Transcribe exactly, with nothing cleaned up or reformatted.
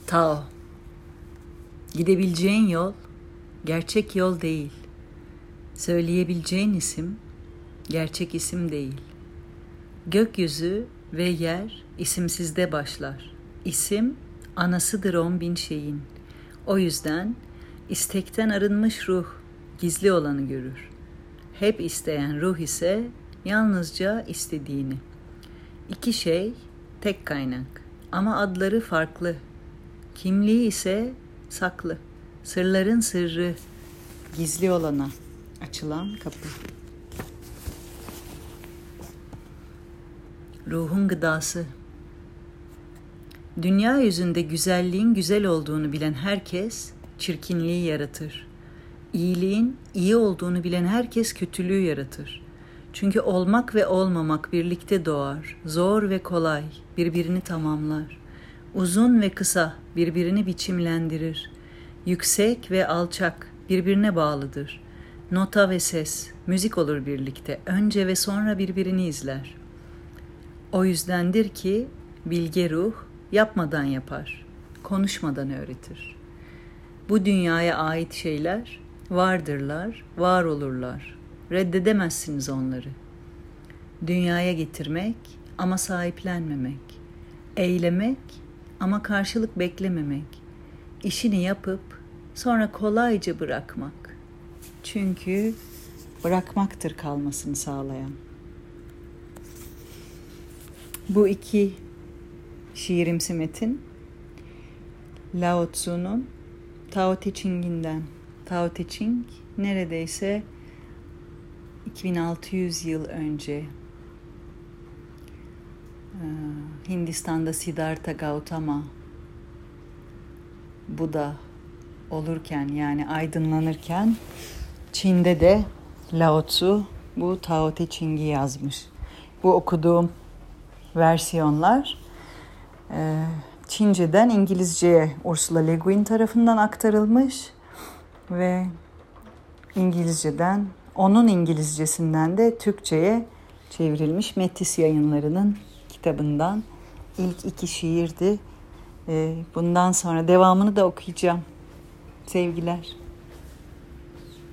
Tao. Gidebileceğin yol gerçek yol değil. Söyleyebileceğin isim gerçek isim değil. Gökyüzü ve yer isimsizde başlar. İsim anasıdır on bin şeyin. O yüzden istekten arınmış ruh gizli olanı görür. Hep isteyen ruh ise yalnızca istediğini. İki şey tek kaynak ama adları farklı. Kimliği ise saklı. Sırların sırrı gizli olana açılan kapı. Ruhun gıdası. Dünya yüzünde güzelliğin güzel olduğunu bilen herkes çirkinliği yaratır. İyiliğin iyi olduğunu bilen herkes kötülüğü yaratır. Çünkü olmak ve olmamak birlikte doğar. Zor ve kolay birbirini tamamlar. Uzun ve kısa birbirini biçimlendirir. Yüksek ve alçak birbirine bağlıdır. Nota ve ses, müzik olur birlikte. Önce ve sonra birbirini izler. O yüzdendir ki bilge ruh yapmadan yapar, konuşmadan öğretir. Bu dünyaya ait şeyler vardırlar, var olurlar. Reddedemezsiniz onları. Dünyaya getirmek ama sahiplenmemek. Eylemek ama karşılık beklememek. İşini yapıp sonra kolayca bırakmak. Çünkü bırakmaktır kalmasını sağlayan. Bu iki şiirimsi metin Lao Tzu'nun Tao Te Ching'inden. Tao Te Ching neredeyse iki bin altı yüz yıl önce Hindistan'da Siddhartha Gautama Buda olurken, yani aydınlanırken, Çin'de de Lao Tzu bu Tao Te Ching'i yazmış. Bu okuduğum versiyonlar Çince'den İngilizce'ye Ursula Le Guin tarafından aktarılmış ve İngilizce'den, onun İngilizcesinden de Türkçe'ye çevrilmiş Metis Yayınları'nın kitabından ilk iki şiirdi. Bundan sonra devamını da okuyacağım. Sevgiler.